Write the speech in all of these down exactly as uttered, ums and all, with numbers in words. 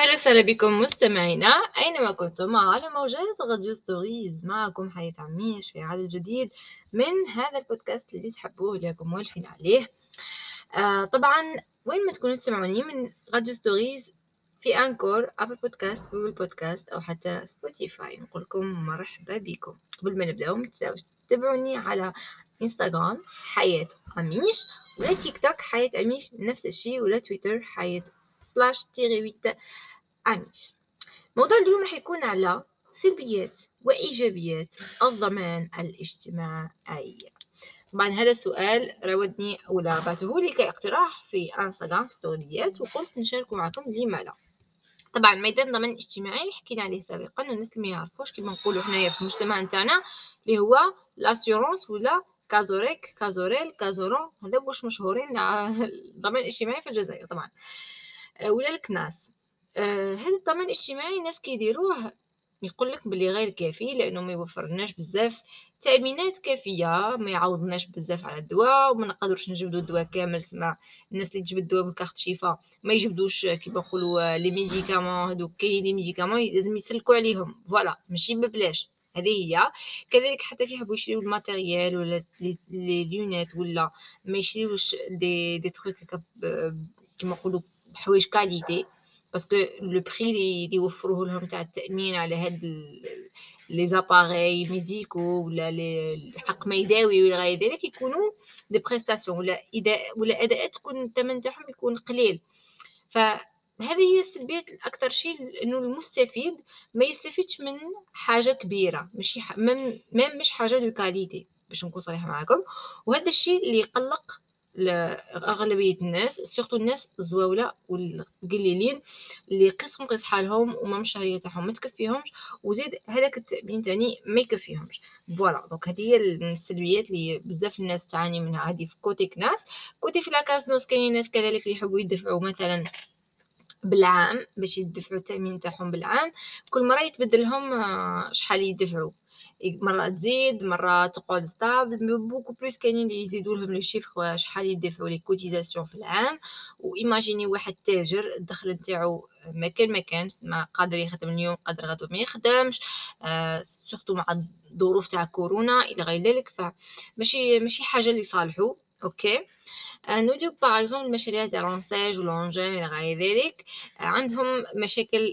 أهلا وسهلا بكم مستمعينا أينما كنتم على موجات راديو ستوريز. معكم حياة عميش في عدد جديد من هذا البودكاست اللي تحبوه اللي راكم مولفين عليه. آه طبعا وين ما تكونوا تسمعوني من راديو ستوريز، في أنكور، أبل بودكاست، جوجل بودكاست أو حتى سبوتيفاي. نقول لكم مرحبا بكم. قبل ما نبداو متنساوش تتابعوني على انستغرام حياة عميش، ولا تيك توك حياة عميش نفس الشيء، ولا تويتر حياة سلاش تيري ويت عميش. موضوع اليوم راح يكون على سلبيات وإيجابيات الضمان الاجتماعي. طبعا هذا السؤال راودني ولا بعته لي كاقتراح في انستغرام في ستوريات، وقلت نشاركه معكم لما لا. طبعا ميدان الضمان الاجتماعي حكينا عليه سابقا، والناس اللي ما يعرفوش كيما نقولوا حنايا في المجتمع نتاعنا اللي هو لاسيورونس ولا كازوريك كازوريل كازورون، هذا واش مشهورين الضمان الاجتماعي في الجزائر طبعا، ولا الكناس. آه، هذا الضمان الاجتماعي الناس كيديروه يقول لك بلي غير كافي، لانه ما يوفرناش بزاف تامينات كافيه، ما يعوضناش بزاف على الدواء، وما نقدرش نجبدوا الدواء كامل. سما الناس اللي تجبد الدواء بالكارت شفاء ما يجبدوش كيما نقولوا لي ميديكامون. هذوك كاين لي ميديكامون لازم يسلكوا عليهم، فوالا ماشي ببلاش. هذه هي. كذلك حتى كي يحبوا يشريو الماتيريال ولا لي لونيت، ولا ما يشريوش دي دي تروك كيما نقولوا بحوايج كاليتي، باسكو لو بري اللي يوفروه لهم تاع التامين على هاد لي زاباري ميديكو ولا لي حق ما يداوي ولا غير ذلك يكونوا دي بريستاسيون ولا اداء ولا اداءات تكون الثمن تاعهم يكون قليل. فهذه هي السلبيات الاكثر شيء، انه المستفيد ما يستفيدش من حاجه كبيره، ماشي ح... مم... مم مش حاجه دو كاليتي باش نكون صريحه معكم. وهذا الشيء اللي يقلق لأغلبية الناس، سورتو الناس الزواولة والقليلين اللي يقيسهم قيس حالهم وما الشهرية تاعهم ما تكفيهمش، وزيد هذاك التأمين تاني ما يكفيهمش. فوالا دونك هذه هي السلبيات اللي بزاف الناس تعاني منها. عادي في كوتي ناس، كوتي في لاكازنوس كاين ناس كذلك اللي يحبوا يدفعوا مثلا بالعام باش يدفعوا التأمين تاعهم بالعام، كل مرة يتبدل لهم شحال يدفعوا، مرة تزيد مرة تقعد ستابل. بوكو بلوس كاينين اللي يزيدوا لهم لي شيفر شحال يدفعوا لي كوتيزاسيون في العام. وايماجيني واحد تاجر الدخل نتاعو ما كان ما كان ما قادر يخدم اليوم، قادر غدوه ما يخدمش، آه سورتو مع الظروف تاع كورونا الى غير ذلك، فماشي ماشي حاجه اللي صالحو. اوكي. نوليو باغ اكزومبل المشاريع تاع لونساج ولونجين الى غير ذلك عندهم مشاكل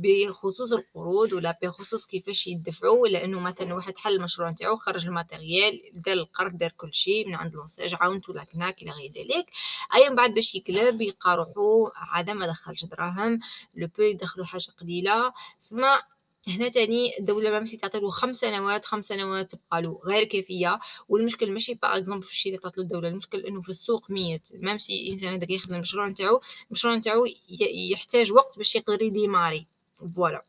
بخصوص القروض ولا بخصوص كيفاش يدفعوا، ولا انه مثلا واحد حل المشروع نتاعو، خرج الماتيريال، دار القرض، دار كل شيء من عند لونساج، عاونته ولا كناك الى غير ذلك. ايام بعد باش يكلب يلقى روحو عاده ما دخلش دراهم، لو بو يدخلوا حاجه قليله. سما هنا تاني الدولة ما مشي تعطيله خمس سنوات خمس سنوات تبقى له غير كافية. والمشكل ماشي باغ اكزومبل في الشيء اللي تعطيله الدولة، المشكل انه في السوق ميت. ميم سي انسان هذاك يخدم المشروع نتاعو، المشروع نتاعو يحتاج وقت باش يقدر يديماري. فوالا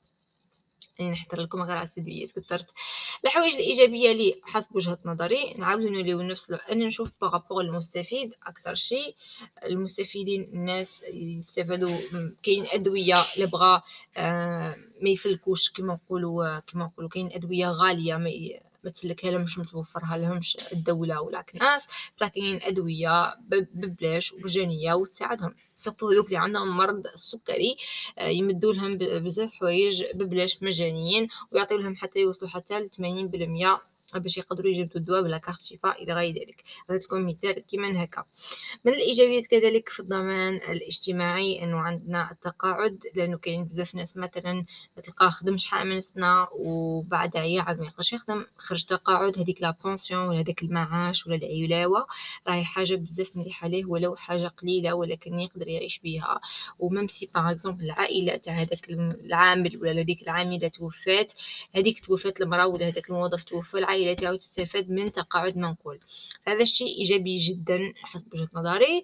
يعني نحضر لكم غير على السلبيات كثرت. الحوايج الايجابيه لي حسب وجهه نظري نعاودوا نوليو نفس انا نشوف بارابور المستفيد اكثر شيء. المستفيدين الناس يستفادوا، كاين ادويه اللي بغا آه ما يسلكوش كما نقولوا كما نقولوا كاين ادويه غاليه ما ما تسلكها لهمش، متوفرها لهمش الدوله ولا كناس، بصح كاين ادويه ببلاش ومجانيه وتساعدهم، سورتو هذوك اللي عندهم مرض السكري يمدوا لهم بزاف حوايج ببلاش مجانيين، ويعطيو لهم حتى يوصلوا حتى ل ثمانين بالمية باش يقدروا يجبدوا الدواء بلا كارت شفاء الى غير ذلك. هذا لكم مثال كيما هكا. من الايجابيات كذلك في الضمان الاجتماعي انه عندنا التقاعد، لانه كاين بزاف ناس مثلا تلقاه خدم شحال من سنه وبعد عيا ما يقدرش يخدم، خرج تقاعد، هذيك لا بونسيون ولا هذاك المعاش ولا العلاوه راهي حاجه بزاف مليحه ليه، ولو حاجه قليله ولكن يقدر يعيش بها. وميم سي باغ اكزومبل العائله تاع هذاك العامل ولا هذيك العامله توفات، هذيك توفات المراه ولا هذاك الموظف توفى، العائله تاعو تستفاد من تقاعد منقول. هذا الشيء ايجابي جدا حسب وجهه نظري.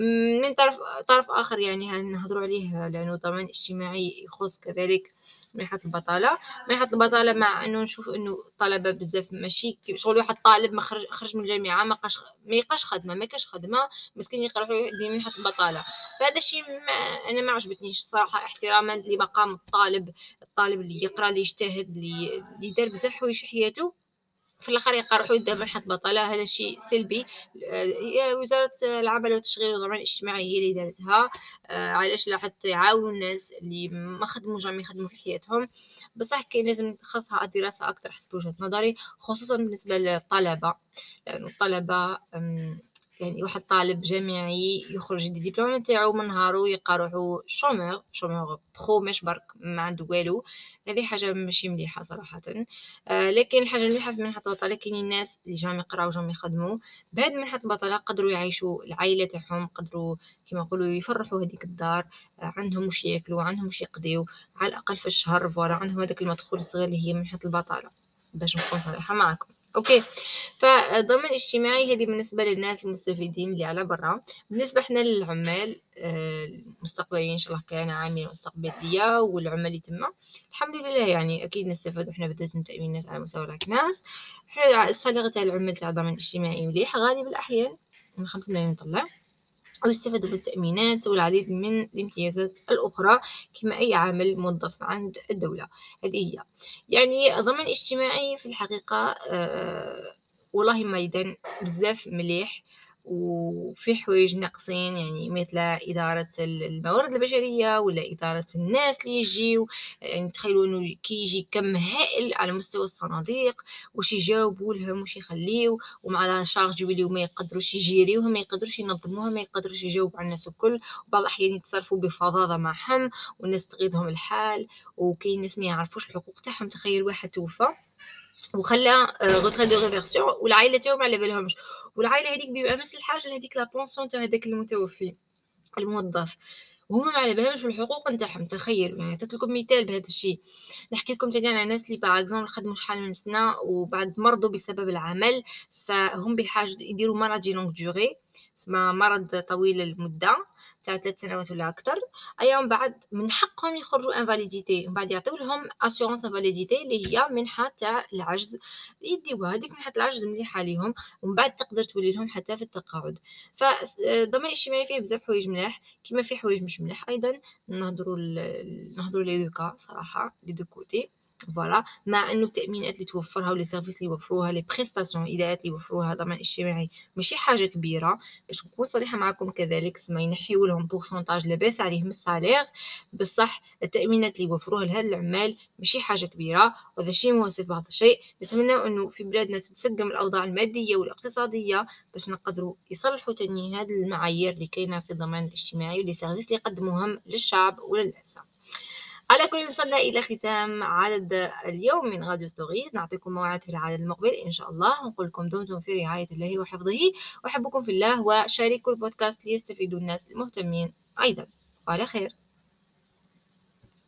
من طرف طرف اخر يعني نهضروا عليه لانه ضمان اجتماعي يخص كذلك منحة البطالة. منحة البطالة مع انه نشوف انه الطلبة بزاف ماشي شغل واحد طالب ما خرج خرج من الجامعة ما قاش ما يلقاش خدمة ما كاش خدمة مسكين يقرا يدي منحة البطالة. فهذا الشيء ما انا ما عجبتنيش صراحة، احتراما لمقام الطالب، الطالب اللي يقرا اللي يجتهد اللي يدير بزاف حوايج في حياته، في الآخر يقارحوا يدير منحة بطالة. هذا شيء سلبي. آآ هي وزارة العمل والتشغيل والضمان الاجتماعي هي اللي دارتها. آآ علاش؟ لحتى يعاونوا الناس اللي ما خدموش راهم يخدموا في حياتهم. بصح كاين لازم خاصها دراسة أكتر حسب وجهة نظري، خصوصًا بالنسبة للطلبة، لأنه الطلبة آمم يعني واحد طالب جامعي يخرج يدي الدبلوم نتاعو من نهارو يلقى شومور شومور pro مش برك ما عنده والو. هذه حاجة ماشي مليحة صراحةً. آآ لكن الحاجة المليحة في منحة البطالة كاينين ناس اللي جاهم يقراو وجاهم يخدموا، بعد منحة البطالة قدروا يعيشوا العايلة تاعهم، قدروا كيما نقولوا يفرحوا هذيك الدار. آآ عندهم واش ياكلوا، عندهم واش يقضيو، على الأقل في الشهر فوالا عندهم هذاك المدخول الصغير اللي هي منحة البطالة، باش نكون صريحة معاكم. أوكي. فالضمان الاجتماعي هذه بالنسبة للناس المستفيدين اللي على برا. بالنسبة حنا للعمال آآ المستقبليين إن شاء الله كان عامل مستقبلية والعمال اللي تما، الحمد لله يعني أكيد نستفادوا حنا بالذات من تأمينات على مستوى الأكناس. حنا الصالير تاع العمال تاع الضمان الاجتماعي مليح غالب الأحيان من خمسة ملايين طلع، ويستفادوا بالتأمينات والعديد من الامتيازات الأخرى كما أي عامل موظف عند الدولة. هذه هي. يعني الضمان الاجتماعي في الحقيقة آآ والله ميدان بزاف مليح، وفيه حوايج ناقصين يعني مثل إدارة ال الموارد البشرية ولا إدارة الناس اللي يجيو. يعني تخيلوا إنه كي يجي كم هائل على مستوى الصناديق، واش يجاوبوا لهم، واش يخليو، ومع لا شارج يوليو ما يقدروش يجيريوها، ما يقدروش ينظموها، ما يقدروش يجاوبوا على الناس الكل. وبعض الأحيان يتصرفوا بفظاظة معهم والناس تغيظهم الحال، وكاين ناس ما يعرفوش الحقوق تاعهم. تخيل واحد توفى وخلى غوتري دو ريفيرسيون والعائله تاعو ما على بالهمش، والعائله هذيك بيبقى نفس الحاجه لهذيك لا بونسيون تاع هذاك المتوفي الموظف، وهما ما على بالهمش بالحقوق نتاعهم. تخيلوا يعني عطيت لكم مثال بهذا الشيء. نحكي لكم تاني على ناس اللي باغ اكزومبل خدموا شحال من سنه وبعد مرضوا بسبب العمل، فهم بحاجه يديروا مالادي لونغ دوري، اسمها مرض طويل المده تاع ثلاث سنوات ولا اكثر. ايا من بعد من حقهم يخرجوا انفاليديتي، ومن بعد يعطيو لهم اسيورونس انفاليديتي اللي هي منحه تاع العجز يديوها. هذيك منحه العجز مليحه ليهم، ومن بعد تقدر تولي لهم حتى في التقاعد. فالضمان الاجتماعي فيه بزاف حوايج ملاح كيما في حوايج مش ملاح ايضا. نهضروا ال- نهضروا لي دوكا صراحه لي دو كوتي. فوالا، مع انه التامينات اللي توفرها ولي سيرفيس اللي يوفروها لي بريستاسيون الادارات اللي يوفروها ضمان اجتماعي ماشي حاجه كبيره. باش نكون صريحه معكم كذلك سما ينحيوا لهم بورسونتاج لاباس عليه من الصالير، بصح التامينات اللي يوفروها لهاد العمال ماشي حاجه كبيره، وهذا الشيء مؤسف بعض الشيء. نتمنى انه في بلادنا تتسقم الاوضاع الماديه والاقتصاديه باش نقدروا يصلحوا تاني هاد المعايير اللي كاينه في الضمان الاجتماعي واللي سيرفيس اللي يقدموهم للشعب وللناس. على كل وصلنا إلى ختام عدد اليوم من راديو ستوريز. نعطيكم موعد في العدد المقبل إن شاء الله، ونقول لكم دمتم في رعاية الله وحفظه. أحبكم في الله، وشاركوا البودكاست ليستفيدوا الناس المهتمين أيضا. وعلى خير.